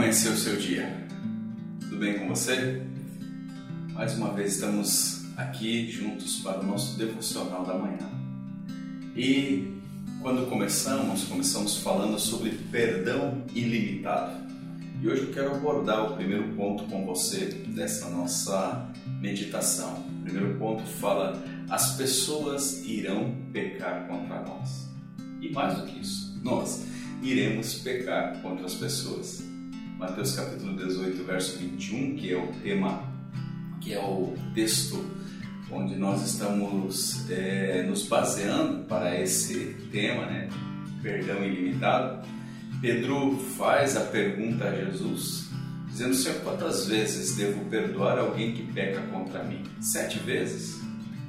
amanheceu o seu dia? Tudo bem com você? Mais uma vez estamos aqui juntos para o nosso devocional da manhã. E quando começamos falando sobre perdão ilimitado. E hoje eu quero abordar o primeiro ponto com você dessa nossa meditação. O primeiro ponto fala: as pessoas irão pecar contra nós. E mais do que isso, nós iremos pecar contra as pessoas. Mateus capítulo 18, verso 21, que é o tema, que é o texto onde nós estamos nos baseando para esse tema, né? Perdão ilimitado. Pedro faz a pergunta a Jesus, dizendo: Senhor, quantas vezes devo perdoar alguém que peca contra mim? 7 vezes?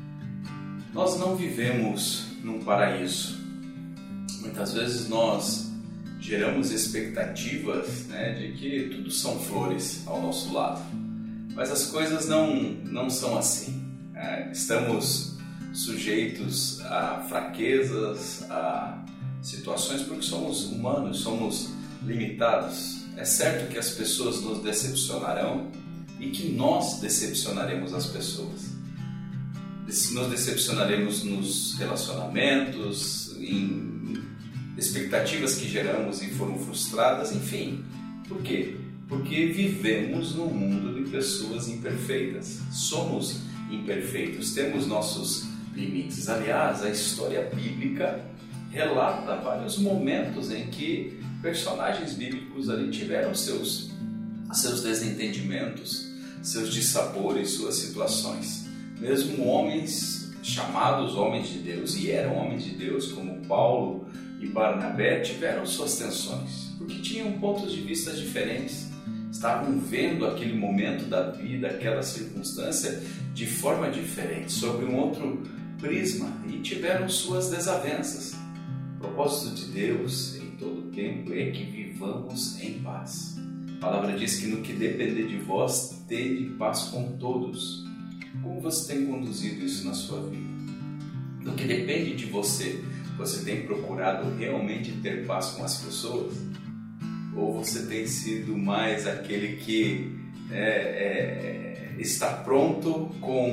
Nós não vivemos num paraíso. Muitas vezes nós geramos expectativas, né, de que tudo são flores ao nosso lado. Mas as coisas não são assim. Estamos sujeitos a fraquezas, a situações, porque somos humanos, somos limitados. É certo que as pessoas nos decepcionarão e que nós decepcionaremos as pessoas. Nos decepcionaremos nos relacionamentos, em expectativas que geramos e foram frustradas, enfim. Por quê? Porque vivemos num mundo de pessoas imperfeitas. Somos imperfeitos, temos nossos limites. Aliás, a história bíblica relata vários momentos em que personagens bíblicos ali tiveram seus desentendimentos, seus dissabores, suas situações. Mesmo homens chamados homens de Deus, e eram homens de Deus, como Paulo e Barnabé, tiveram suas tensões, porque tinham pontos de vista diferentes, estavam vendo aquele momento da vida, aquela circunstância de forma diferente, sob um outro prisma, e tiveram suas desavenças. O propósito de Deus em todo o tempo é que vivamos em paz. A palavra diz que no que depender de vós, tende paz com todos. Como você tem conduzido isso na sua vida? No que depende de você, você tem procurado realmente ter paz com as pessoas? Ou você tem sido mais aquele que está pronto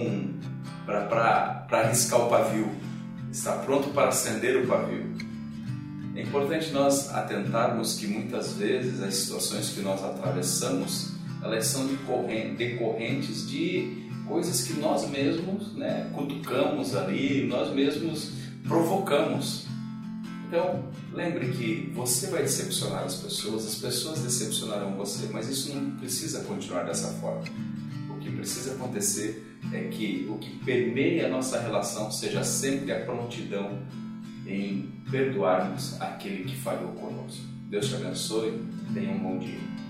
para arriscar o pavio, está pronto para acender o pavio? É importante nós atentarmos que muitas vezes as situações que nós atravessamos, elas são decorrentes de coisas que nós mesmos, cutucamos ali, nós mesmos provocamos. Então, lembre que você vai decepcionar as pessoas decepcionarão você, mas isso não precisa continuar dessa forma. O que precisa acontecer é que o que permeia a nossa relação seja sempre a prontidão em perdoarmos aquele que falhou conosco. Deus te abençoe, tenha um bom dia.